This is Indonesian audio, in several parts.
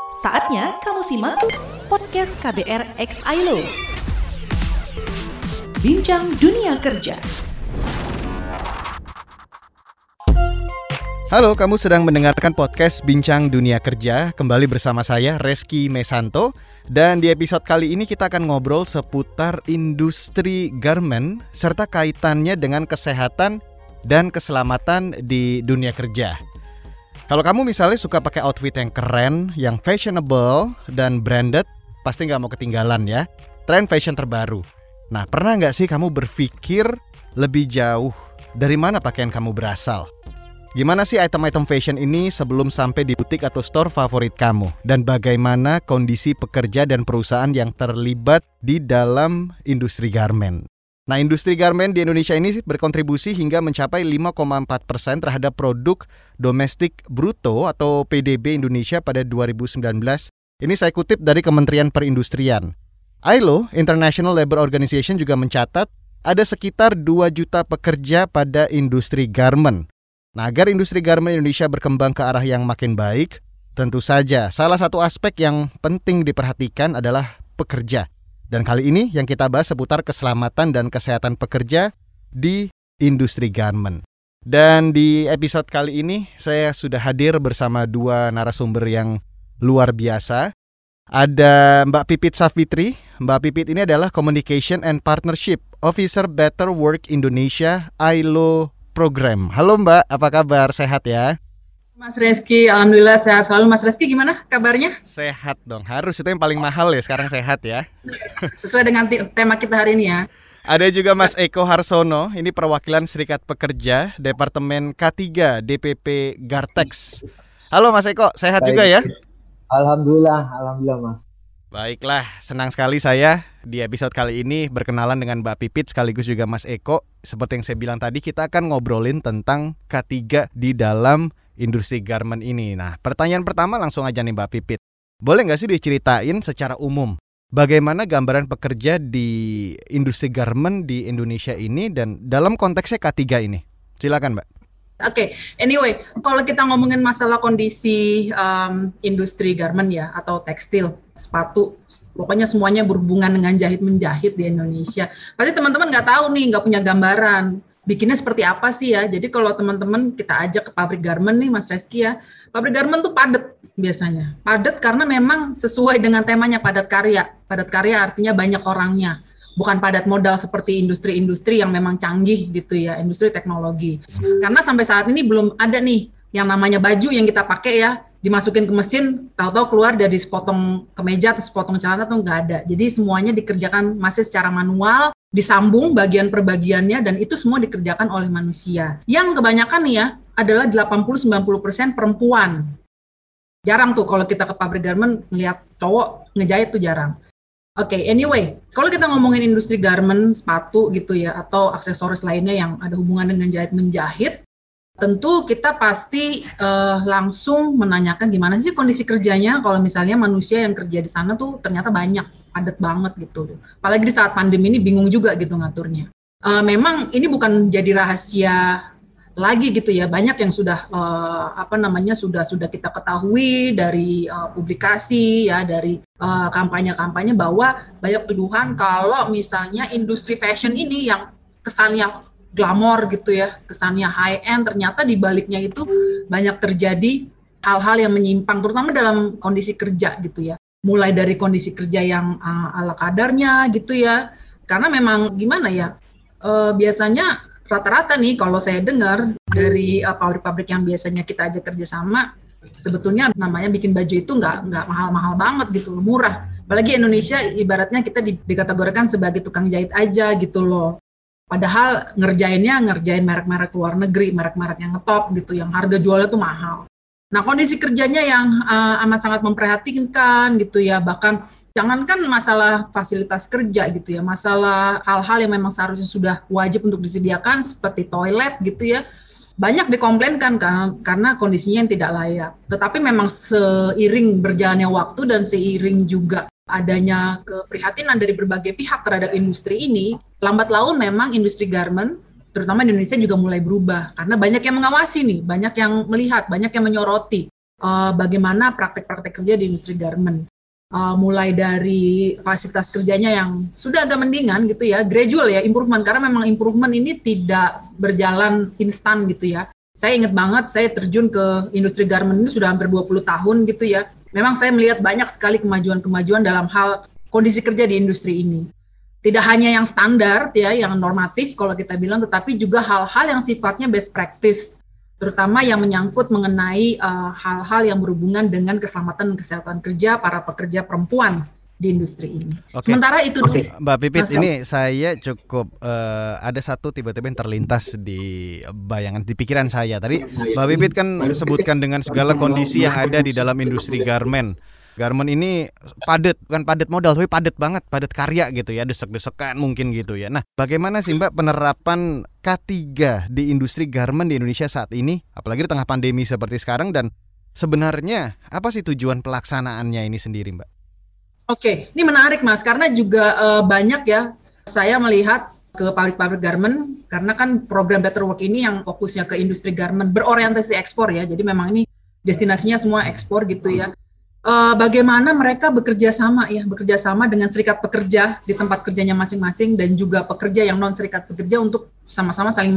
Saatnya kamu simak podcast KBR X Ailo. Bincang Dunia Kerja. Halo, kamu sedang mendengarkan podcast Bincang Dunia Kerja. Kembali bersama saya, Reski Mesanto. Dan di episode kali ini kita akan ngobrol seputar industri garment serta kaitannya dengan kesehatan dan keselamatan di dunia kerja. Kalau kamu misalnya suka pakai outfit yang keren, yang fashionable dan branded, pasti nggak mau ketinggalan ya tren fashion terbaru. Nah, pernah nggak sih kamu berpikir lebih jauh dari mana pakaian kamu berasal? Gimana sih item-item fashion ini sebelum sampai di butik atau store favorit kamu? Dan bagaimana kondisi pekerja dan perusahaan yang terlibat di dalam industri garment? Nah, industri garment di Indonesia ini berkontribusi hingga mencapai 5,4% terhadap produk domestik bruto atau PDB Indonesia pada 2019. Ini saya kutip dari Kementerian Perindustrian. ILO, International Labour Organization, juga mencatat ada sekitar 2 juta pekerja pada industri garment. Nah, agar industri garment Indonesia berkembang ke arah yang makin baik, tentu saja salah satu aspek yang penting diperhatikan adalah pekerja. Dan kali ini yang kita bahas seputar keselamatan dan kesehatan pekerja di industri garment. Dan di episode kali ini saya sudah hadir bersama 2 narasumber yang luar biasa. Ada Mbak Pipit Safitri. Mbak Pipit ini adalah Communication and Partnership Officer Better Work Indonesia ILO Program. Halo Mbak, apa kabar? Sehat ya? Mas Reski, alhamdulillah sehat selalu. Mas Reski gimana kabarnya? Sehat dong, harus itu yang paling mahal ya sekarang, sehat ya. Sesuai dengan tema kita hari ini ya. Ada juga Mas Eko Harsono, ini perwakilan Serikat Pekerja Departemen K3 DPP Gartex. Halo Mas Eko, sehat Baik. juga ya? Alhamdulillah Mas. Baiklah, senang sekali saya di episode kali ini berkenalan dengan Mbak Pipit sekaligus juga Mas Eko. Seperti yang saya bilang tadi, kita akan ngobrolin tentang K3 di dalam industri garment ini. Nah, pertanyaan pertama langsung aja nih Mbak Pipit. Boleh nggak sih diceritain secara umum bagaimana gambaran pekerja di industri garment di Indonesia ini dan dalam konteksnya K3 ini? Silakan Mbak. Oke, anyway, kalau kita ngomongin masalah kondisi industri garment ya, atau tekstil, sepatu, pokoknya semuanya berhubungan dengan jahit-menjahit di Indonesia. Pasti teman-teman nggak tahu nih, nggak punya gambaran. Bikinnya seperti apa sih ya? Jadi kalau teman-teman kita ajak ke pabrik garment nih Mas Reski ya, pabrik garment tuh padat biasanya. Padat karena memang sesuai dengan temanya padat karya. Padat karya artinya banyak orangnya. Bukan padat modal seperti industri-industri yang memang canggih gitu ya, industri teknologi. Karena sampai saat ini belum ada nih yang namanya baju yang kita pakai ya, dimasukin ke mesin, tahu-tahu keluar dari sepotong kemeja atau sepotong celana tuh nggak ada. Jadi semuanya dikerjakan masih secara manual, disambung bagian per bagiannya, dan itu semua dikerjakan oleh manusia. Yang kebanyakan nih ya, adalah 80-90% perempuan. Jarang tuh kalau kita ke pabrik garment ngelihat cowok ngejahit tuh jarang. Oke, anyway, kalau kita ngomongin industri garment, sepatu gitu ya, atau aksesoris lainnya yang ada hubungan dengan jahit-menjahit, tentu kita pasti langsung menanyakan gimana sih kondisi kerjanya kalau misalnya manusia yang kerja di sana tuh ternyata banyak, padat banget gitu. Apalagi di saat pandemi ini bingung juga gitu ngaturnya. Memang ini bukan jadi rahasia lagi gitu ya, banyak yang sudah sudah kita ketahui dari publikasi ya, dari kampanye-kampanye bahwa banyak tuduhan kalau misalnya industri fashion ini yang kesannya glamor gitu ya, kesannya high end, ternyata di baliknya itu banyak terjadi hal-hal yang menyimpang, terutama dalam kondisi kerja gitu ya. Mulai dari kondisi kerja yang ala kadarnya gitu ya, karena memang gimana ya, biasanya rata-rata nih kalau saya dengar dari pabrik-pabrik yang biasanya kita ajak kerjasama, sebetulnya namanya bikin baju itu nggak mahal-mahal banget gitu, murah. Apalagi Indonesia ibaratnya kita dikategorikan sebagai tukang jahit aja gitu loh. Padahal ngerjain merek-merek luar negeri, merek-merek yang ngetop gitu, yang harga jualnya tuh mahal. Nah, kondisi kerjanya yang amat sangat memprihatinkan gitu ya, bahkan jangankan masalah fasilitas kerja gitu ya, masalah hal-hal yang memang seharusnya sudah wajib untuk disediakan seperti toilet gitu ya, banyak dikomplainkan karena kondisinya yang tidak layak. Tetapi memang seiring berjalannya waktu dan seiring juga adanya keprihatinan dari berbagai pihak terhadap industri ini, lambat laun memang industri garment, terutama di Indonesia juga mulai berubah. Karena banyak yang mengawasi nih, banyak yang melihat, banyak yang menyoroti. bagaimana praktek-praktek kerja di industri garment. Mulai dari fasilitas kerjanya yang sudah agak mendingan gitu ya, gradual ya, improvement, karena memang improvement ini tidak berjalan instan gitu ya. Saya ingat banget, saya terjun ke industri garment ini sudah hampir 20 tahun gitu ya. Memang saya melihat banyak sekali kemajuan-kemajuan dalam hal kondisi kerja di industri ini. Tidak hanya yang standar ya, yang normatif kalau kita bilang, tetapi juga hal-hal yang sifatnya best practice, terutama yang menyangkut mengenai hal-hal yang berhubungan dengan keselamatan dan kesehatan kerja para pekerja perempuan di industri ini. Sementara itu dulu, Mbak Pipit, ini saya cukup ada satu tiba-tiba yang terlintas di bayangan, di pikiran saya. Tadi Mbak Pipit kan sebutkan dengan segala kondisi yang ada di dalam industri garment. Garment ini padat, bukan padat modal, tapi padat banget, padat karya gitu ya, desek-desekan mungkin gitu ya. Nah, bagaimana sih Mbak penerapan K3 di industri garment di Indonesia saat ini, apalagi di tengah pandemi seperti sekarang, dan sebenarnya apa sih tujuan pelaksanaannya ini sendiri, Mbak? Oke, ini menarik Mas, karena juga banyak ya, saya melihat ke pabrik-pabrik garment, karena kan program Better Work ini yang fokusnya ke industri garment, berorientasi ekspor ya, jadi memang ini destinasinya semua ekspor gitu ya. Bagaimana mereka bekerja sama dengan serikat pekerja di tempat kerjanya masing-masing dan juga pekerja yang non serikat pekerja untuk sama-sama saling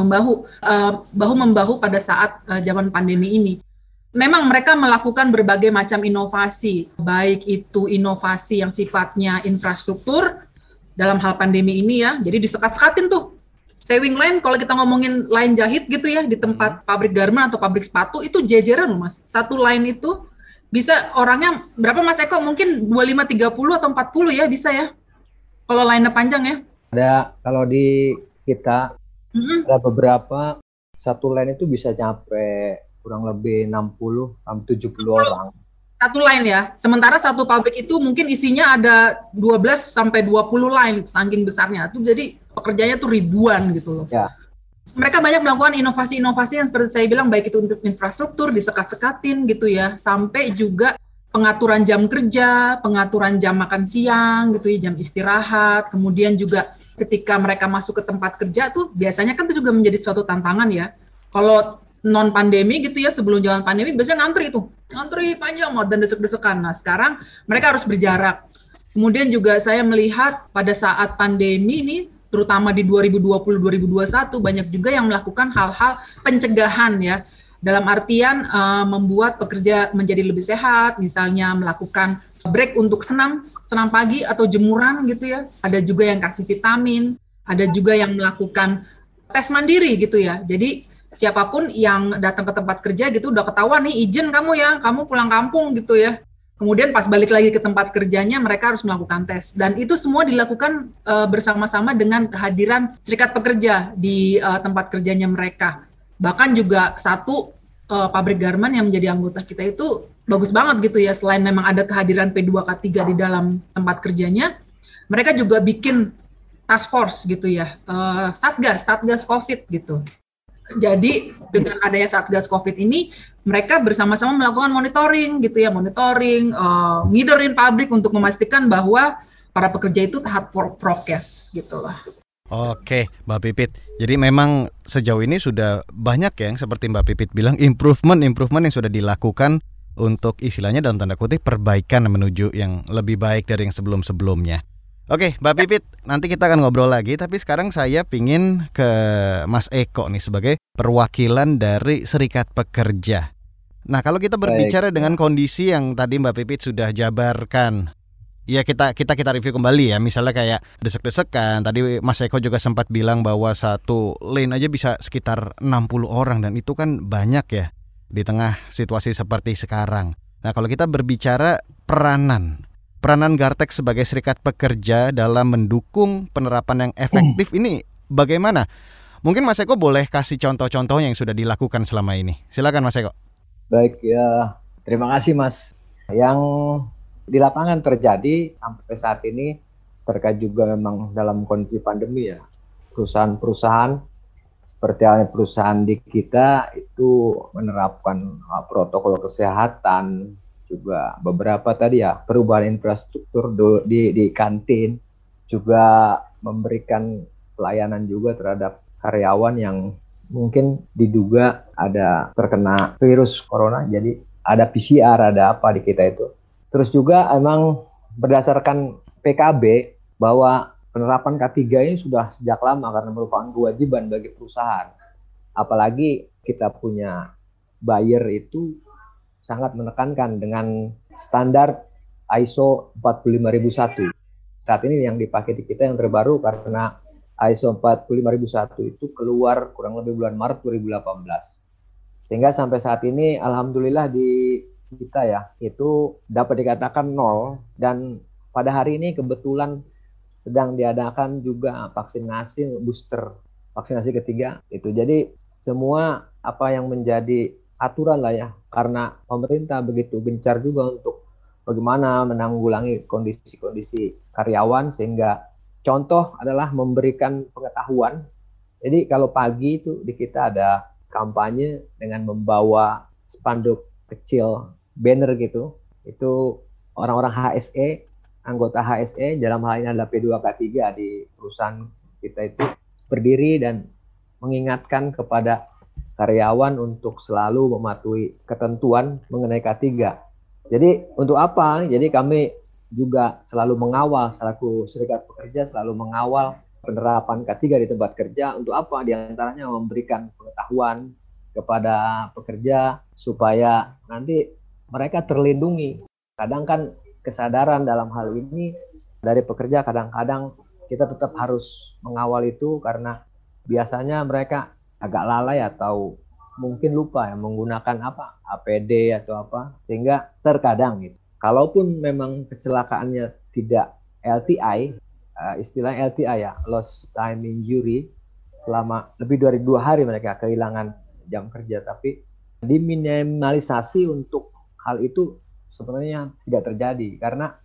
bahu-membahu pada saat zaman pandemi ini. Memang mereka melakukan berbagai macam inovasi, baik itu inovasi yang sifatnya infrastruktur dalam hal pandemi ini ya, jadi disekat-sekatin tuh. Sewing line, kalau kita ngomongin line jahit gitu ya, di tempat pabrik garment atau pabrik sepatu, itu jejeran loh Mas. Satu line itu bisa orangnya berapa Mas Eko? Mungkin 25, 30 atau 40 ya bisa ya? Kalau line panjang ya? Ada, kalau di kita ada beberapa, satu line itu bisa nyampe kurang lebih 60 sampai 70 orang. Satu line ya. Sementara satu pabrik itu mungkin isinya ada 12 sampai 20 line, saking besarnya. Itu jadi pekerjanya tuh ribuan gitu loh. Ya. Mereka banyak melakukan inovasi-inovasi yang seperti saya bilang, baik itu untuk infrastruktur, disekat-sekatin gitu ya, sampai juga pengaturan jam kerja, pengaturan jam makan siang gitu ya, jam istirahat, kemudian juga ketika mereka masuk ke tempat kerja tuh, biasanya kan itu juga menjadi suatu tantangan ya. Kalau non-pandemi gitu ya, sebelum zaman pandemi, biasanya ngantri panjang dan desek-desekan. Nah sekarang mereka harus berjarak. Kemudian juga saya melihat pada saat pandemi ini, terutama di 2020-2021, banyak juga yang melakukan hal-hal pencegahan ya, dalam artian membuat pekerja menjadi lebih sehat, misalnya melakukan break untuk senam pagi atau jemuran gitu ya, ada juga yang kasih vitamin, ada juga yang melakukan tes mandiri gitu ya, jadi siapapun yang datang ke tempat kerja gitu udah ketahuan nih izin kamu ya, kamu pulang kampung gitu ya. Kemudian pas balik lagi ke tempat kerjanya mereka harus melakukan tes, dan itu semua dilakukan bersama-sama dengan kehadiran serikat pekerja di tempat kerjanya mereka. Bahkan juga satu pabrik garment yang menjadi anggota kita itu bagus banget gitu ya, selain memang ada kehadiran P2K3 di dalam tempat kerjanya, mereka juga bikin task force gitu ya, satgas COVID gitu. Jadi dengan adanya Satgas COVID ini, mereka bersama-sama melakukan monitoring gitu ya, ngiderin pabrik untuk memastikan bahwa para pekerja itu taat prokes gitu lah. Oke, Mbak Pipit. Jadi memang sejauh ini sudah banyak yang seperti Mbak Pipit bilang improvement yang sudah dilakukan untuk istilahnya dalam tanda kutip perbaikan menuju yang lebih baik dari yang sebelum-sebelumnya. Oke, Mbak Pipit, nanti kita akan ngobrol lagi, tapi sekarang saya pingin ke Mas Eko nih sebagai perwakilan dari serikat pekerja. Nah, kalau kita berbicara dengan kondisi yang tadi Mbak Pipit sudah jabarkan, ya kita review kembali ya, misalnya kayak desek-desekan. Tadi Mas Eko juga sempat bilang bahwa satu lane aja bisa sekitar 60 orang, dan itu kan banyak ya di tengah situasi seperti sekarang. Nah, kalau kita berbicara peranan Gartek sebagai serikat pekerja dalam mendukung penerapan yang efektif ini bagaimana? Mungkin Mas Eko boleh kasih contoh-contohnya yang sudah dilakukan selama ini. Silakan Mas Eko. Baik ya, terima kasih Mas. Yang di lapangan terjadi sampai saat ini terkait juga memang dalam kondisi pandemi ya. Perusahaan-perusahaan seperti halnya perusahaan di kita itu menerapkan protokol kesehatan, juga beberapa tadi ya perubahan infrastruktur di kantin, juga memberikan pelayanan juga terhadap karyawan yang mungkin diduga ada terkena virus corona. Jadi ada PCR, ada apa di kita itu. Terus juga emang berdasarkan PKB bahwa penerapan K3 ini sudah sejak lama karena merupakan kewajiban bagi perusahaan. Apalagi kita punya buyer itu sangat menekankan dengan standar ISO 45001. Saat ini yang dipakai di kita yang terbaru karena ISO 45001 itu keluar kurang lebih bulan Maret 2018. Sehingga sampai saat ini alhamdulillah di kita ya itu dapat dikatakan nol, dan pada hari ini kebetulan sedang diadakan juga vaksinasi booster, vaksinasi ketiga itu. Jadi semua apa yang menjadi aturan lah ya, karena pemerintah begitu gencar juga untuk bagaimana menanggulangi kondisi-kondisi karyawan, sehingga contoh adalah memberikan pengetahuan. Jadi kalau pagi itu di kita ada kampanye dengan membawa spanduk kecil, banner gitu, itu orang-orang HSE, anggota HSE, dalam hal ini adalah P2K3 di perusahaan kita itu berdiri dan mengingatkan kepada karyawan untuk selalu mematuhi ketentuan mengenai K3. Jadi untuk apa? Jadi kami juga selalu mengawal, selaku serikat pekerja selalu mengawal penerapan K3 di tempat kerja. Untuk apa? Di antaranya memberikan pengetahuan kepada pekerja supaya nanti mereka terlindungi. Kadang kan kesadaran dalam hal ini dari pekerja, kadang-kadang kita tetap harus mengawal itu karena biasanya mereka agak lalai atau mungkin lupa ya menggunakan apa APD atau apa, sehingga terkadang gitu. Kalaupun memang kecelakaannya tidak LTI, istilah LTI ya, lost time injury, selama lebih dari 2 hari mereka kehilangan jam kerja, tapi diminimalisasi untuk hal itu sebenarnya tidak terjadi, karena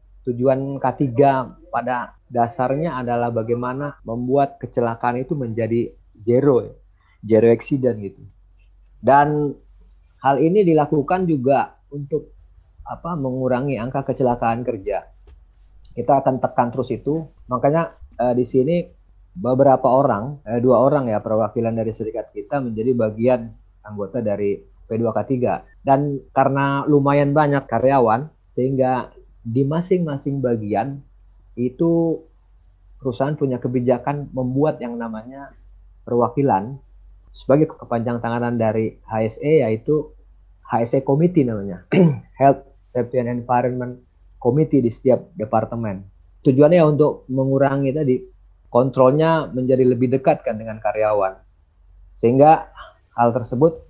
tujuan K3 pada dasarnya adalah bagaimana membuat kecelakaan itu menjadi zero accident gitu. Dan hal ini dilakukan juga untuk mengurangi angka kecelakaan kerja. Kita akan tekan terus itu. Makanya di sini beberapa orang, 2 orang ya perwakilan dari serikat kita menjadi bagian anggota dari P2K3. Dan karena lumayan banyak karyawan, sehingga di masing-masing bagian itu perusahaan punya kebijakan membuat yang namanya perwakilan sebagai kepanjang tangan dari HSE, yaitu HSE Committee namanya, Health, Safety and Environment Committee di setiap departemen. Tujuannya untuk mengurangi tadi, kontrolnya menjadi lebih dekat kan dengan karyawan. Sehingga hal tersebut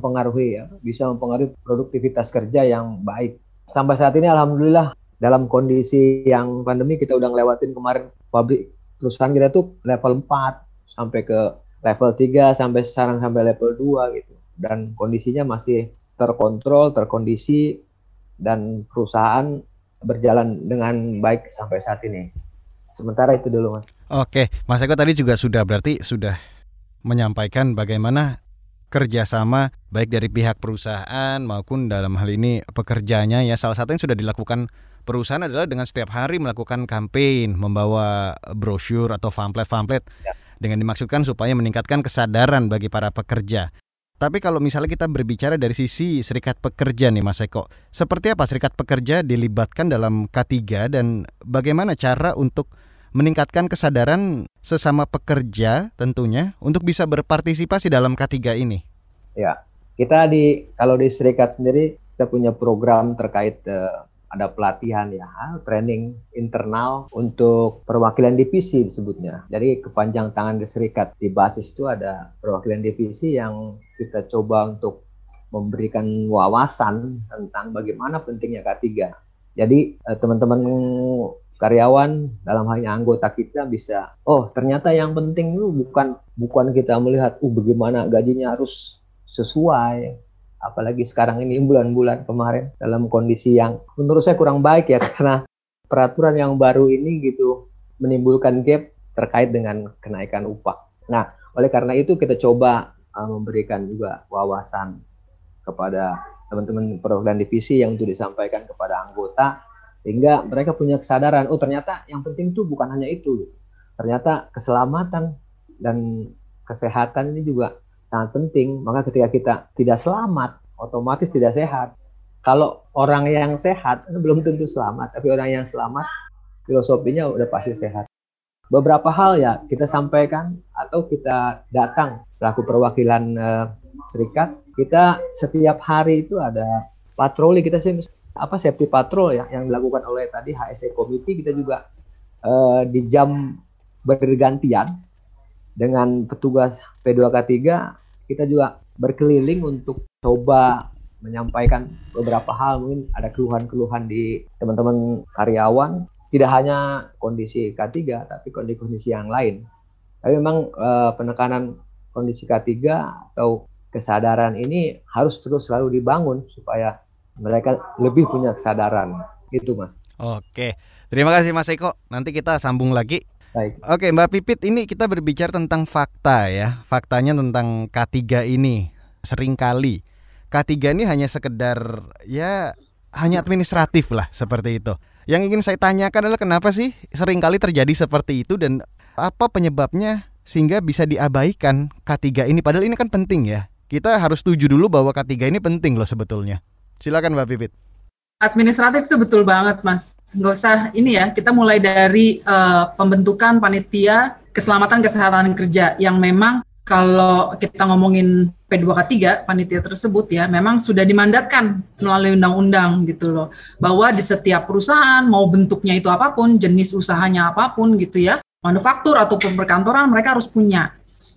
bisa mempengaruhi produktivitas kerja yang baik. Sampai saat ini alhamdulillah dalam kondisi yang pandemi kita udah ngelewatin kemarin pabrik perusahaan kita tuh level 4 sampai ke level 3 sampai sekarang sampai level 2 gitu. Dan kondisinya masih terkontrol, terkondisi, dan perusahaan berjalan dengan baik sampai saat ini. Sementara itu dulu, Mas. Oke, Mas Eko tadi juga sudah menyampaikan bagaimana kerjasama baik dari pihak perusahaan maupun dalam hal ini pekerjanya ya. Salah satu yang sudah dilakukan perusahaan adalah dengan setiap hari melakukan campaign, membawa brosur atau pamflet dengan dimaksudkan supaya meningkatkan kesadaran bagi para pekerja. Tapi kalau misalnya kita berbicara dari sisi serikat pekerja nih Mas Eko, seperti apa serikat pekerja dilibatkan dalam K3 dan bagaimana cara untuk meningkatkan kesadaran sesama pekerja tentunya untuk bisa berpartisipasi dalam K3 ini? Ya, kita kalau di serikat sendiri kita punya program terkait ada pelatihan ya, training internal untuk perwakilan divisi disebutnya. Jadi kepanjang tangan di serikat di basis itu ada perwakilan divisi yang kita coba untuk memberikan wawasan tentang bagaimana pentingnya K3. Jadi teman-teman karyawan dalam halnya anggota kita bisa, ternyata yang penting itu bukan kita melihat bagaimana gajinya harus sesuai. Apalagi sekarang ini bulan-bulan kemarin dalam kondisi yang menurut saya kurang baik ya, karena peraturan yang baru ini gitu menimbulkan gap terkait dengan kenaikan upah. Nah, oleh karena itu kita coba memberikan juga wawasan kepada teman-teman perwakilan divisi yang untuk disampaikan kepada anggota, sehingga mereka punya kesadaran, ternyata yang penting itu bukan hanya itu. Ternyata keselamatan dan kesehatan ini juga sangat penting. Maka ketika kita tidak selamat, otomatis tidak sehat. Kalau orang yang sehat belum tentu selamat, tapi orang yang selamat filosofinya udah pasti sehat. Beberapa hal ya kita sampaikan atau kita datang selaku perwakilan serikat, kita setiap hari itu ada patroli, kita safety patrol ya yang dilakukan oleh tadi HSE Committee. Kita juga di jam bergantian dengan petugas P2K3, kita juga berkeliling untuk coba menyampaikan beberapa hal. Mungkin ada keluhan-keluhan di teman-teman karyawan, tidak hanya kondisi K3 tapi kondisi yang lain. Tapi memang penekanan kondisi K3 atau kesadaran ini harus terus selalu dibangun supaya mereka lebih punya kesadaran. Itu Mas. Oke, terima kasih Mas Eko. Nanti kita sambung lagi. Baik. Oke Mbak Pipit, ini kita berbicara tentang fakta ya. Faktanya tentang K3 ini seringkali K3 ini hanya sekedar ya hanya administratif lah seperti itu. Yang ingin saya tanyakan adalah kenapa sih seringkali terjadi seperti itu dan apa penyebabnya sehingga bisa diabaikan K3 ini, padahal ini kan penting ya. Kita harus setuju dulu bahwa K3 ini penting loh sebetulnya. Silakan Mbak Pipit. Administratif itu betul banget Mas. Nggak usah ini ya, kita mulai dari pembentukan panitia keselamatan kesehatan kerja yang memang kalau kita ngomongin P2K3, panitia tersebut ya, memang sudah dimandatkan melalui undang-undang gitu loh, bahwa di setiap perusahaan, mau bentuknya itu apapun, jenis usahanya apapun gitu ya, manufaktur ataupun perkantoran, mereka harus punya.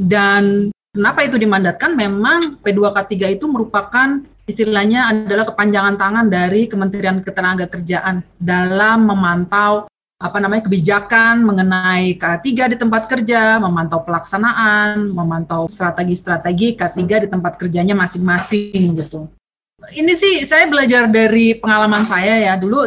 Dan kenapa itu dimandatkan? Memang P2K3 itu merupakan istilahnya adalah kepanjangan tangan dari Kementerian Ketenagakerjaan dalam memantau kebijakan mengenai K3 di tempat kerja, memantau pelaksanaan, memantau strategi-strategi K3 di tempat kerjanya masing-masing gitu. Ini sih saya belajar dari pengalaman saya ya. Dulu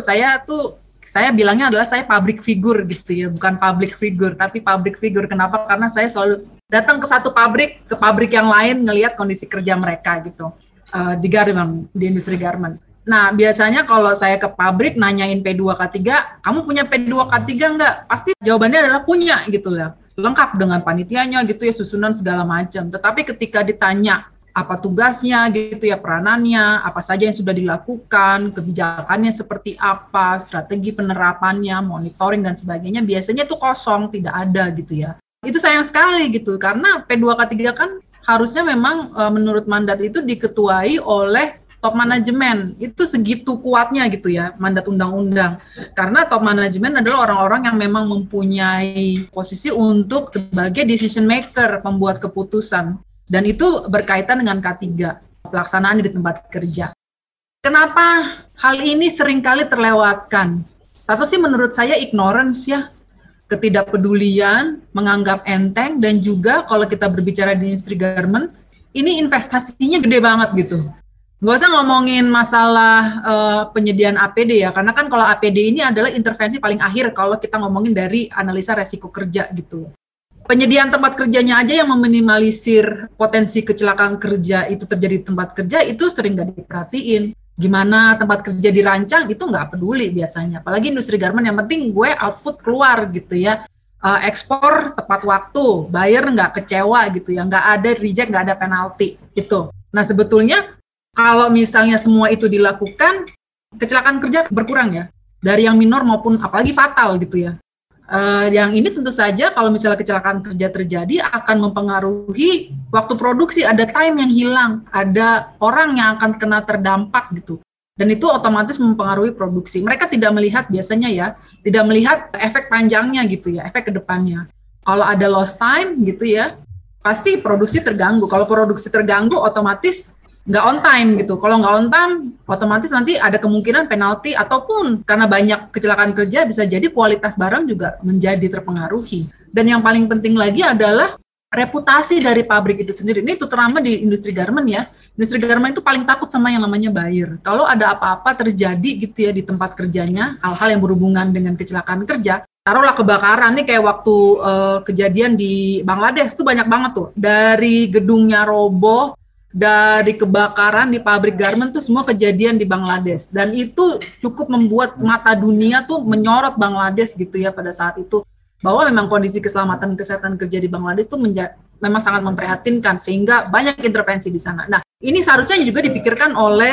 saya bilangnya adalah saya public figure gitu ya, bukan public figure tapi public figure. Kenapa? Karena saya selalu datang ke satu pabrik, ke pabrik yang lain ngelihat kondisi kerja mereka gitu. Di garment, di industri garment. Nah, biasanya kalau saya ke pabrik nanyain P2K3, kamu punya P2K3 nggak? Pasti jawabannya adalah punya gitu ya. Lengkap dengan panitianya gitu ya, susunan segala macam. Tetapi ketika ditanya apa tugasnya gitu ya, peranannya, apa saja yang sudah dilakukan, kebijakannya seperti apa, strategi penerapannya, monitoring dan sebagainya, biasanya itu kosong, tidak ada gitu ya. Itu sayang sekali gitu, karena P2K3 kan harusnya memang menurut mandat itu diketuai oleh top manajemen. Itu segitu kuatnya gitu ya mandat undang-undang. Karena top manajemen adalah orang-orang yang memang mempunyai posisi untuk sebagai decision maker, pembuat keputusan. Dan itu berkaitan dengan K3, pelaksanaan di tempat kerja. Kenapa hal ini seringkali terlewatkan? Satu sih menurut saya ignorance ya, ketidakpedulian, menganggap enteng, dan juga kalau kita berbicara di industri garment, ini investasinya gede banget gitu. Nggak usah ngomongin masalah penyediaan APD ya, karena kan kalau APD ini adalah intervensi paling akhir kalau kita ngomongin dari analisa resiko kerja gitu. Penyediaan tempat kerjanya aja yang meminimalisir potensi kecelakaan kerja itu terjadi di tempat kerja itu sering nggak diperhatiin. Gimana tempat kerja dirancang itu nggak peduli biasanya. Apalagi industri garment yang penting gue output keluar gitu ya. Ekspor tepat waktu, buyer nggak kecewa gitu ya. Nggak ada reject, nggak ada penalti gitu. Nah sebetulnya kalau misalnya semua itu dilakukan, kecelakaan kerja berkurang ya. Dari yang minor maupun apalagi fatal gitu ya. Yang ini tentu saja kalau misalnya kecelakaan kerja terjadi akan mempengaruhi waktu produksi, ada time yang hilang, ada orang yang akan kena terdampak gitu. Dan itu otomatis mempengaruhi produksi. Mereka tidak melihat biasanya ya, tidak melihat efek panjangnya gitu ya, efek kedepannya. Kalau ada lost time gitu ya, pasti produksi terganggu. Kalau produksi terganggu otomatis nggak on time gitu. Kalau nggak on time, otomatis nanti ada kemungkinan penalti ataupun karena banyak kecelakaan kerja bisa jadi kualitas barang juga menjadi terpengaruhi. Dan yang paling penting lagi adalah reputasi dari pabrik itu sendiri. Ini terutama di industri garment ya. Industri garment itu paling takut sama yang namanya buyer. Kalau ada apa-apa terjadi gitu ya di tempat kerjanya, hal-hal yang berhubungan dengan kecelakaan kerja, taruhlah kebakaran nih kayak waktu kejadian di Bangladesh tuh banyak banget tuh. Dari gedungnya roboh, dari kebakaran di pabrik garment tuh semua kejadian di Bangladesh. Dan itu cukup membuat mata dunia tuh menyorot Bangladesh gitu ya pada saat itu. Bahwa memang kondisi keselamatan kesehatan kerja di Bangladesh tuh memang sangat memprihatinkan sehingga banyak intervensi di sana. Nah, ini seharusnya juga dipikirkan oleh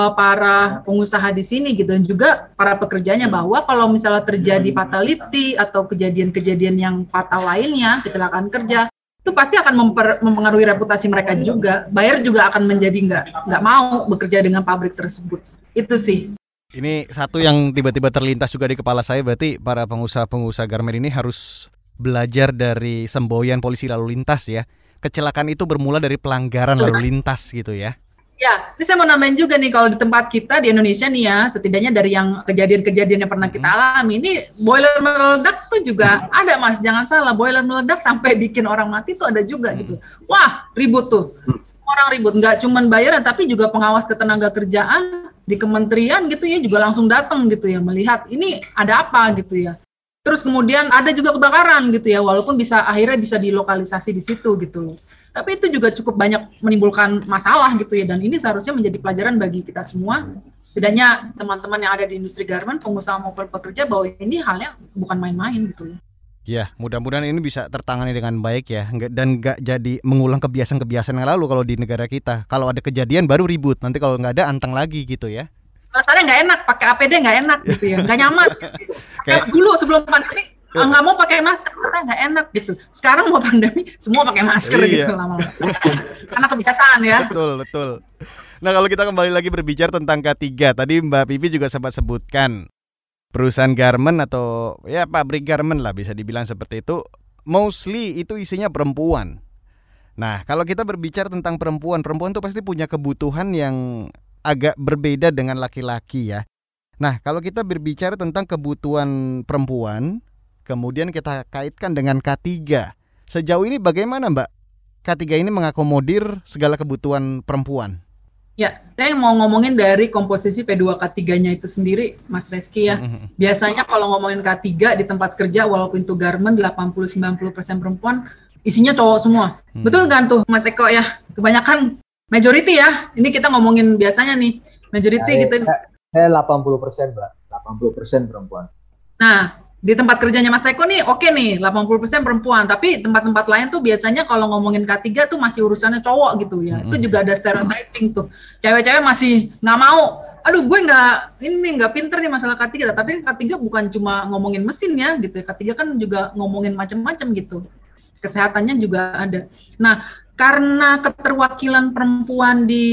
para pengusaha di sini gitu, dan juga para pekerjanya, bahwa kalau misalnya terjadi fatality atau kejadian-kejadian yang fatal lainnya, kecelakaan kerja, itu pasti akan mempengaruhi reputasi mereka juga. Buyer juga akan menjadi nggak mau bekerja dengan pabrik tersebut. Itu sih. Ini satu yang tiba-tiba terlintas juga di kepala saya, berarti para pengusaha-pengusaha garmen ini harus belajar dari semboyan polisi lalu lintas ya. Kecelakaan itu bermula dari pelanggaran lalu lintas gitu ya. Ya, ini saya mau nambahin juga nih, kalau di tempat kita di Indonesia nih ya, setidaknya dari yang kejadian-kejadian yang pernah kita alami, ini boiler meledak tuh juga ada, Mas. Jangan salah, boiler meledak sampai bikin orang mati tuh ada juga gitu. Wah, ribut tuh. Semua orang ribut, nggak cuman bayaran tapi juga pengawas ketenaga kerjaan di kementerian gitu ya, juga langsung datang gitu ya, melihat ini ada apa gitu ya. Terus kemudian ada juga kebakaran gitu ya, walaupun akhirnya bisa dilokalisasi di situ gitu loh. Tapi itu juga cukup banyak menimbulkan masalah gitu ya, dan ini seharusnya menjadi pelajaran bagi kita semua, setidaknya teman-teman yang ada di industri garment, pengusaha maupun pekerja, bahwa ini halnya bukan main-main gitu loh. Ya, mudah-mudahan ini bisa tertangani dengan baik ya, dan nggak jadi mengulang kebiasaan-kebiasaan yang lalu kalau di negara kita. Kalau ada kejadian baru ribut, nanti kalau nggak ada anteng lagi gitu ya. Alasannya nggak enak, pakai APD nggak enak gitu ya, nggak nyaman gitu. Kayak dulu sebelum pandemi nggak mau pakai masker karena nggak enak gitu. Sekarang mau pandemi semua pakai masker gitu lama-lama. Karena kebiasaan ya. Betul. Nah, kalau kita kembali lagi berbicara tentang K3, tadi Mbak Pipi juga sempat sebutkan perusahaan garment atau ya pabrik garment lah bisa dibilang seperti itu, mostly itu isinya perempuan. Nah, kalau kita berbicara tentang perempuan tuh pasti punya kebutuhan yang agak berbeda dengan laki-laki ya. Nah, kalau kita berbicara tentang kebutuhan perempuan, kemudian kita kaitkan dengan K3. Sejauh ini bagaimana Mbak? K3 ini mengakomodir segala kebutuhan perempuan. Ya, saya mau ngomongin dari komposisi P2K3-nya itu sendiri, Mas Reski ya. Biasanya kalau ngomongin K3 di tempat kerja, walaupun itu garment 80-90% perempuan, isinya cowok semua. Betul kan tuh Mas Eko ya? Kebanyakan majority ya, ini kita ngomongin biasanya nih, majority gitu. Saya 80%, Mbak. 80% perempuan. Nah, di tempat kerjanya Mas Eko nih, oke nih, 80% perempuan. Tapi tempat-tempat lain tuh biasanya kalau ngomongin K3 tuh masih urusannya cowok gitu ya. Itu juga ada stereotyping tuh. Cewek-cewek masih nggak mau, aduh gue nggak pinter nih masalah K3. Tapi K3 bukan cuma ngomongin mesin ya gitu. K3 kan juga ngomongin macam-macam gitu. Kesehatannya juga ada. Nah, karena keterwakilan perempuan di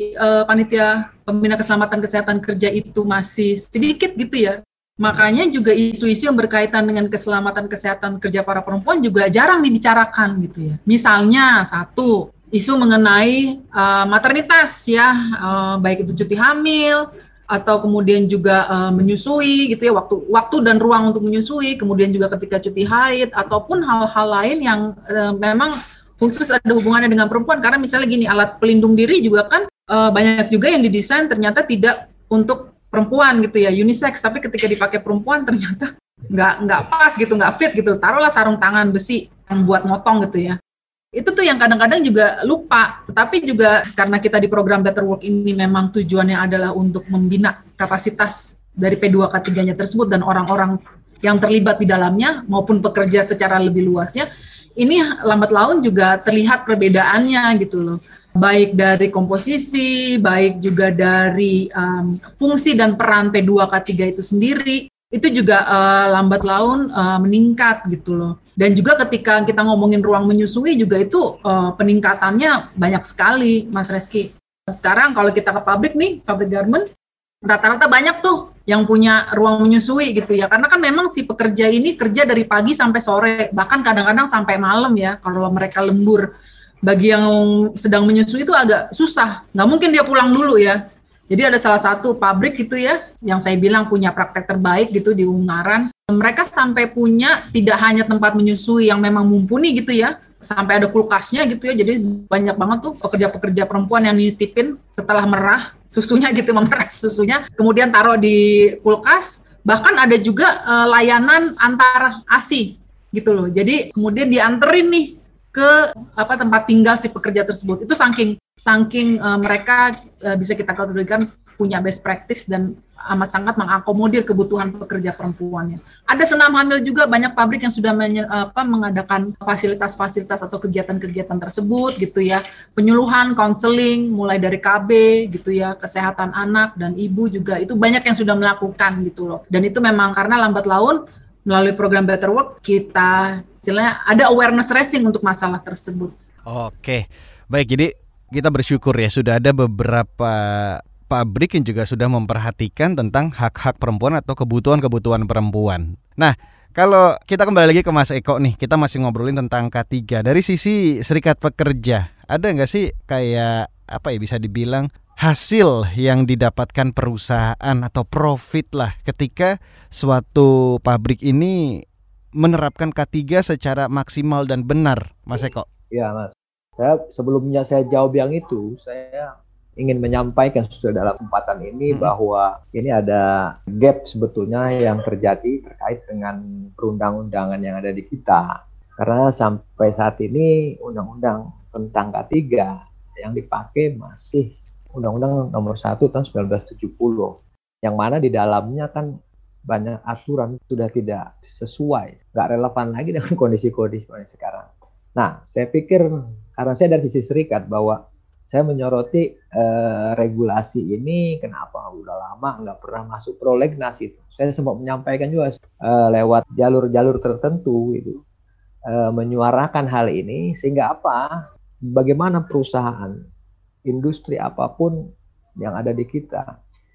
panitia pembina keselamatan kesehatan kerja itu masih sedikit gitu ya, makanya juga isu-isu yang berkaitan dengan keselamatan kesehatan kerja para perempuan juga jarang dibicarakan gitu ya. Misalnya satu, isu mengenai maternitas ya, baik itu cuti hamil atau kemudian juga menyusui gitu ya, waktu dan ruang untuk menyusui, kemudian juga ketika cuti haid ataupun hal-hal lain yang memang khusus ada hubungannya dengan perempuan. Karena misalnya gini, alat pelindung diri juga kan banyak juga yang didesain ternyata tidak untuk perempuan gitu ya, unisex, tapi ketika dipakai perempuan ternyata nggak pas gitu, nggak fit gitu. Taruhlah sarung tangan besi yang buat motong gitu ya. Itu tuh yang kadang-kadang juga lupa. Tetapi juga karena kita di program Better Work ini memang tujuannya adalah untuk membina kapasitas dari P2K3-nya tersebut dan orang-orang yang terlibat di dalamnya maupun pekerja secara lebih luasnya, ini lambat laun juga terlihat perbedaannya gitu loh. Baik dari komposisi, baik juga dari fungsi dan peran P2K3 itu sendiri, itu juga lambat laun meningkat gitu loh. Dan juga ketika kita ngomongin ruang menyusui juga itu peningkatannya banyak sekali, Mas Reski. Sekarang kalau kita ke pabrik nih, pabrik garment, rata-rata banyak tuh yang punya ruang menyusui gitu ya. Karena kan memang si pekerja ini kerja dari pagi sampai sore, bahkan kadang-kadang sampai malam ya kalau mereka lembur. Bagi yang sedang menyusui itu agak susah, nggak mungkin dia pulang dulu ya. Jadi ada salah satu pabrik gitu ya, yang saya bilang punya praktek terbaik gitu di Ungaran. Mereka sampai punya tidak hanya tempat menyusui yang memang mumpuni gitu ya, sampai ada kulkasnya gitu ya. Jadi banyak banget tuh pekerja-pekerja perempuan yang nitipin setelah merah susunya gitu, memeras susunya, kemudian taruh di kulkas. Bahkan ada juga layanan antar ASI gitu loh. Jadi kemudian dianterin nih ke tempat tinggal si pekerja tersebut. Itu saking mereka bisa kita kategorikan punya best practice dan amat sangat mengakomodir kebutuhan pekerja perempuannya. Ada senam hamil juga, banyak pabrik yang sudah mengadakan fasilitas-fasilitas atau kegiatan-kegiatan tersebut gitu ya. Penyuluhan, konseling, mulai dari KB gitu ya, kesehatan anak dan ibu juga itu banyak yang sudah melakukan gitu loh. Dan itu memang karena lambat laun melalui program Better Work kita istilahnya ada awareness raising untuk masalah tersebut. Oke, baik, jadi kita bersyukur ya sudah ada beberapa pabrik yang juga sudah memperhatikan tentang hak-hak perempuan atau kebutuhan-kebutuhan perempuan. Nah, kalau kita kembali lagi ke Mas Eko nih, kita masih ngobrolin tentang K3. Dari sisi serikat pekerja, ada nggak sih kayak bisa dibilang hasil yang didapatkan perusahaan atau profit lah ketika suatu pabrik ini menerapkan K3 secara maksimal dan benar, Mas Eko? Ya, Mas. Sebelumnya saya jawab yang itu, saya ingin menyampaikan sudah dalam kesempatan ini bahwa ini ada gap sebetulnya yang terjadi terkait dengan perundang-undangan yang ada di kita. Karena sampai saat ini undang-undang tentang K3 yang dipakai masih Undang-Undang Nomor 1 tahun 1970, yang mana di dalamnya kan banyak aturan sudah tidak sesuai, nggak relevan lagi dengan kondisi-kondisi sekarang. Nah, saya pikir karena saya dari sisi serikat bahwa saya menyoroti regulasi ini kenapa udah lama nggak pernah masuk prolegnas itu. Saya sempat menyampaikan juga lewat jalur-jalur tertentu itu menyuarakan hal ini sehingga bagaimana perusahaan industri apapun yang ada di kita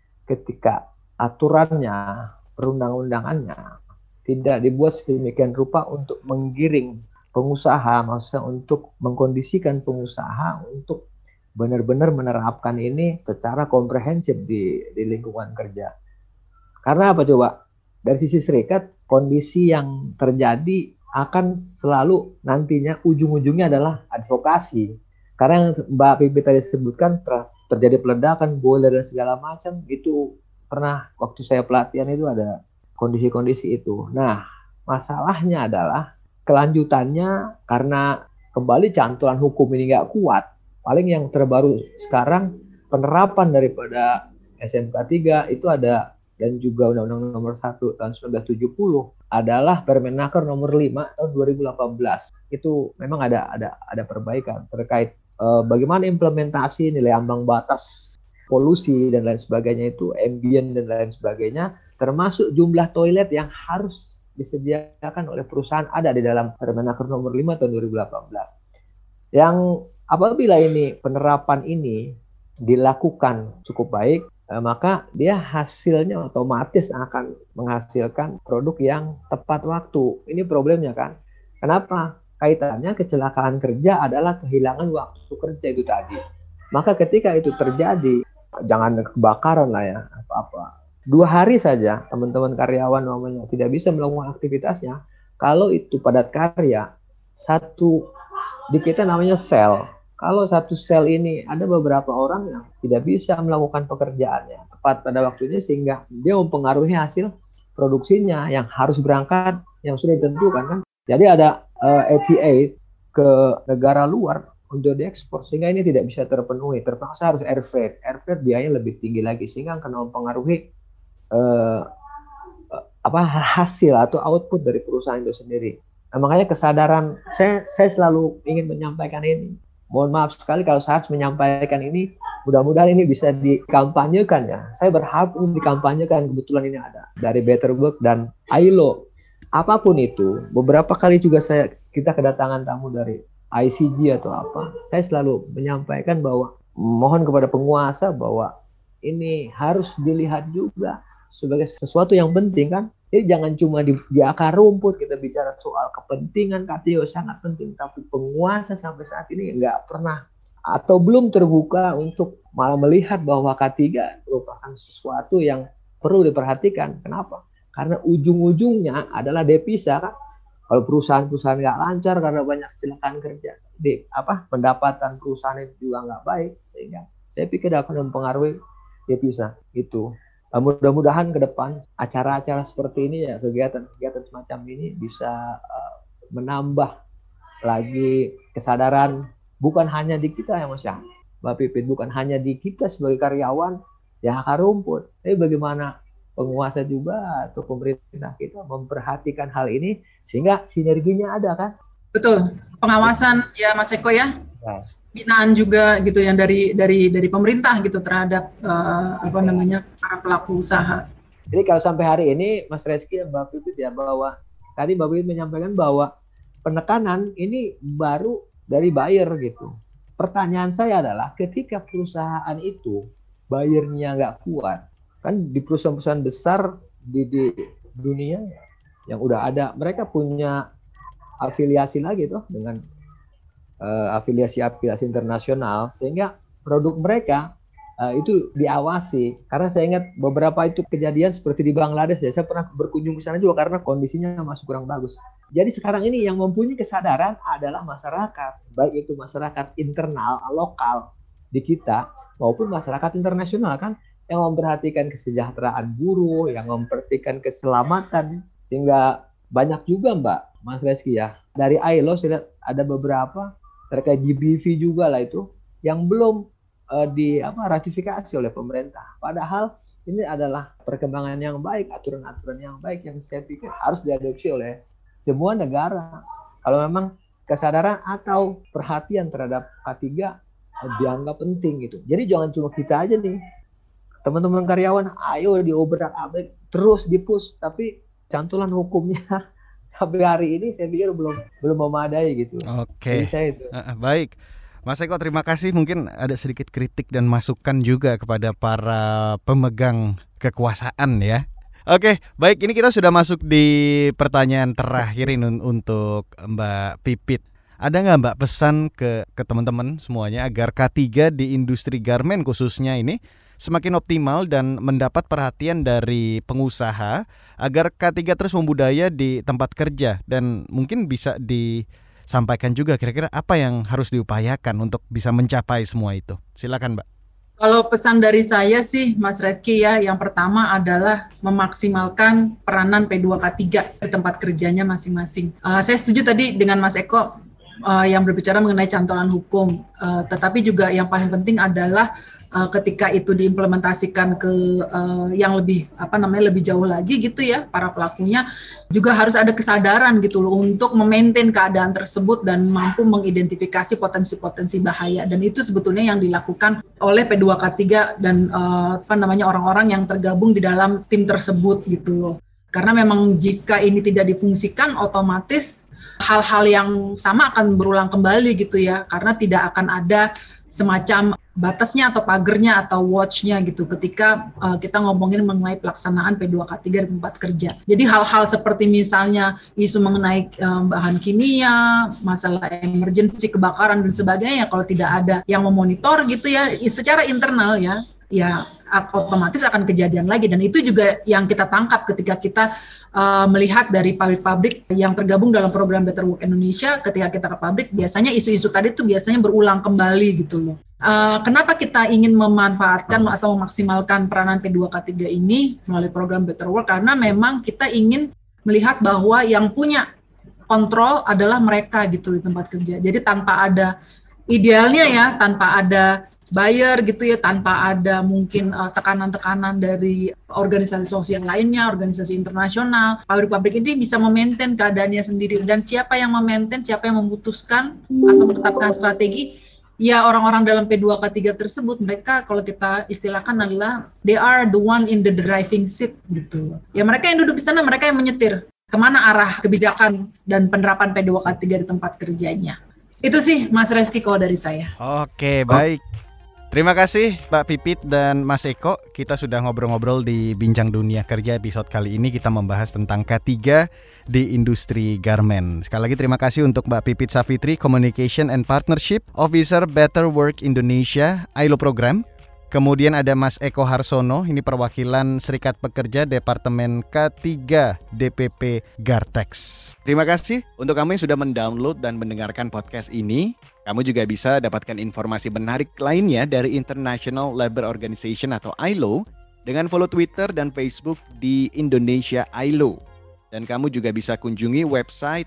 ketika aturannya perundang-undangannya tidak dibuat sedemikian rupa untuk menggiring pengusaha, maksudnya untuk mengkondisikan pengusaha untuk benar-benar menerapkan ini secara komprehensif di lingkungan kerja. Karena apa coba? Dari sisi serikat, kondisi yang terjadi akan selalu nantinya ujung-ujungnya adalah advokasi. Karena yang Mbak Pipi tadi sebutkan terjadi peledakan, boiler dan segala macam, itu pernah waktu saya pelatihan itu ada kondisi-kondisi itu. Nah, masalahnya adalah kelanjutannya karena kembali cantulan hukum ini nggak kuat. Paling yang terbaru sekarang penerapan daripada SMK 3 itu ada, dan juga Undang-Undang Nomor 1 tahun 1970 adalah Permenaker Nomor 5 tahun 2018. Itu memang ada perbaikan terkait bagaimana implementasi nilai ambang batas polusi dan lain sebagainya, itu ambient dan lain sebagainya, termasuk jumlah toilet yang harus disediakan oleh perusahaan ada di dalam Permenaker Nomor 5 tahun 2018. Yang apabila ini penerapan ini dilakukan cukup baik, maka dia hasilnya otomatis akan menghasilkan produk yang tepat waktu. Ini problemnya kan. Kenapa? Kaitannya kecelakaan kerja adalah kehilangan waktu kerja itu tadi. Maka ketika itu terjadi, jangan kebakaran lah ya, apa-apa. 2 hari saja teman-teman karyawan namanya tidak bisa melakukan aktivitasnya. Kalau itu padat karya, satu di kita namanya sel. Kalau satu sel ini ada beberapa orang yang tidak bisa melakukan pekerjaannya tepat pada waktunya sehingga dia mempengaruhi hasil produksinya yang harus berangkat yang sudah ditentukan kan. Jadi ada ETA ke negara luar untuk diekspor sehingga ini tidak bisa terpenuhi. Terpaksa harus air freight. Air freight biayanya lebih tinggi lagi sehingga akan mempengaruhi hasil atau output dari perusahaan itu sendiri. Nah, makanya kesadaran saya selalu ingin menyampaikan ini. Mohon maaf sekali kalau saya harus menyampaikan ini. Mudah-mudahan ini bisa dikampanyekan ya. Saya berharap ini dikampanyekan. Kebetulan ini ada dari Better Work dan ILO. Apapun itu, beberapa kali juga kita kedatangan tamu dari ICG atau apa. Saya selalu menyampaikan bahwa mohon kepada penguasa bahwa ini harus dilihat juga sebagai sesuatu yang penting kan. Jadi jangan cuma di akar rumput kita bicara soal kepentingan KTO sangat penting, tapi penguasa sampai saat ini nggak pernah atau belum terbuka untuk malah melihat bahwa K3 merupakan sesuatu yang perlu diperhatikan. Kenapa? Karena ujung-ujungnya adalah devisa kan. Kalau perusahaan-perusahaan nggak lancar karena banyak kecelakaan kerja, pendapatan perusahaan itu juga nggak baik, sehingga saya pikir akan mempengaruhi devisa itu. Mudah-mudahan ke depan acara-acara seperti ini ya, kegiatan-kegiatan semacam ini bisa menambah lagi kesadaran bukan hanya di kita ya Mas ya, Mbak Pipit, bukan hanya di kita sebagai karyawan ya akar rumput. Tapi bagaimana penguasa juga atau pemerintah kita memperhatikan hal ini sehingga sinerginya ada kan? Betul. Pengawasan ya Mas Eko ya. Nah, Binaan juga gitu yang dari pemerintah gitu terhadap para pelaku usaha. jadi kalau sampai hari ini Mas Reski dan Mbak Pipit ya, bahwa tadi Mbak Pipit menyampaikan bahwa penekanan ini baru dari buyer gitu. Pertanyaan saya adalah ketika perusahaan itu buyernya nggak kuat, kan di perusahaan-perusahaan besar di dunia yang udah ada, mereka punya afiliasi lagi tuh dengan afiliasi internasional, sehingga produk mereka itu diawasi. Karena saya ingat beberapa itu kejadian seperti di Bangladesh ya, saya pernah berkunjung ke sana juga karena kondisinya masih kurang bagus. Jadi sekarang ini yang mempunyai kesadaran adalah masyarakat, baik itu masyarakat internal lokal di kita maupun masyarakat internasional kan, yang memperhatikan kesejahteraan buruh, yang memperhatikan keselamatan, sehingga banyak juga Mbak Mas Reski ya, dari ILO saya lihat ada beberapa terkait GBV juga lah itu yang belum ratifikasi oleh pemerintah. Padahal ini adalah perkembangan yang baik, aturan-aturan yang baik yang saya pikir harus diadopsi oleh semua negara. Kalau memang kesadaran atau perhatian terhadap K3 dianggap penting gitu. Jadi jangan cuma kita aja nih, teman-teman karyawan, ayo diobrak-abrik terus di-push, tapi cantulan hukumnya sampai hari ini saya pikir belum memadai gitu. Oke. Baik. Mas Eko, terima kasih. Mungkin ada sedikit kritik dan masukan juga kepada para pemegang kekuasaan ya. Oke, baik, ini kita sudah masuk di pertanyaan terakhir ini untuk Mbak Pipit. Ada nggak Mbak pesan ke teman-teman semuanya agar K3 di industri garmen khususnya ini semakin optimal dan mendapat perhatian dari pengusaha agar K3 terus membudaya di tempat kerja, dan mungkin bisa disampaikan juga kira-kira apa yang harus diupayakan untuk bisa mencapai semua itu. Silakan Mbak. Kalau pesan dari saya sih Mas Redki ya, yang pertama adalah memaksimalkan peranan P2K3 di tempat kerjanya masing-masing. Saya setuju tadi dengan Mas Eko yang berbicara mengenai cantolan hukum, tetapi juga yang paling penting adalah ketika itu diimplementasikan ke yang lebih lebih jauh lagi gitu ya, para pelakunya juga harus ada kesadaran gitu loh untuk memaintain keadaan tersebut dan mampu mengidentifikasi potensi-potensi bahaya, dan itu sebetulnya yang dilakukan oleh P2K3 dan orang-orang yang tergabung di dalam tim tersebut gitu loh. Karena memang jika ini tidak difungsikan, otomatis hal-hal yang sama akan berulang kembali gitu ya, karena tidak akan ada semacam batasnya atau pagernya atau watch-nya gitu ketika kita ngomongin mengenai pelaksanaan P2K3 di tempat kerja. Jadi hal-hal seperti misalnya isu mengenai bahan kimia, masalah emergency, kebakaran dan sebagainya, kalau tidak ada yang memonitor gitu ya secara internal ya otomatis akan kejadian lagi, dan itu juga yang kita tangkap ketika kita melihat dari pabrik-pabrik yang tergabung dalam program Better Work Indonesia. Ketika kita ke pabrik, biasanya isu-isu tadi itu biasanya berulang kembali gitu loh. Kenapa kita ingin memanfaatkan atau memaksimalkan peranan P2K3 ini melalui program Better Work? Karena memang kita ingin melihat bahwa yang punya kontrol adalah mereka gitu di tempat kerja. Jadi tanpa ada idealnya ya, tanpa ada buyer gitu ya, tanpa ada mungkin tekanan-tekanan dari organisasi sosial lainnya, organisasi internasional, pabrik-pabrik ini bisa memaintain keadaannya sendiri. Dan siapa yang memaintain, siapa yang memutuskan atau menetapkan strategi, ya orang-orang dalam P2K3 tersebut. Mereka kalau kita istilahkan adalah they are the one in the driving seat gitu. Ya mereka yang duduk di sana, mereka yang menyetir kemana arah kebijakan dan penerapan P2K3 di tempat kerjanya. Itu sih Mas Reski kalau dari saya. Oke, baik. Terima kasih Mbak Pipit dan Mas Eko. Kita sudah ngobrol-ngobrol di Bincang Dunia Kerja episode kali ini. Kita membahas tentang K3 di industri garmen. Sekali lagi terima kasih untuk Mbak Pipit Savitri, Communication and Partnership Officer Better Work Indonesia ILO Program. Kemudian ada Mas Eko Harsono, ini perwakilan Serikat Pekerja Departemen K3 DPP Gartex. Terima kasih untuk kamu yang sudah mendownload dan mendengarkan podcast ini. Kamu juga bisa dapatkan informasi menarik lainnya dari International Labour Organization atau ILO dengan follow Twitter dan Facebook di Indonesia ILO. Dan kamu juga bisa kunjungi website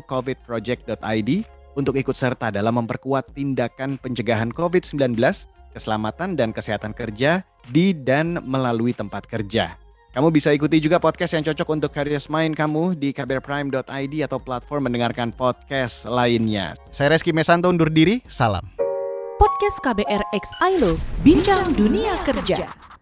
ilocovidproject.id untuk ikut serta dalam memperkuat tindakan pencegahan COVID-19 keselamatan dan kesehatan kerja di dan melalui tempat kerja. Kamu bisa ikuti juga podcast yang cocok untuk Careers Mind kamu di kbrprime.id atau platform mendengarkan podcast lainnya. Saya Reski Mesanto undur diri, salam. Podcast KBR X ILO, Bincang Dunia Kerja.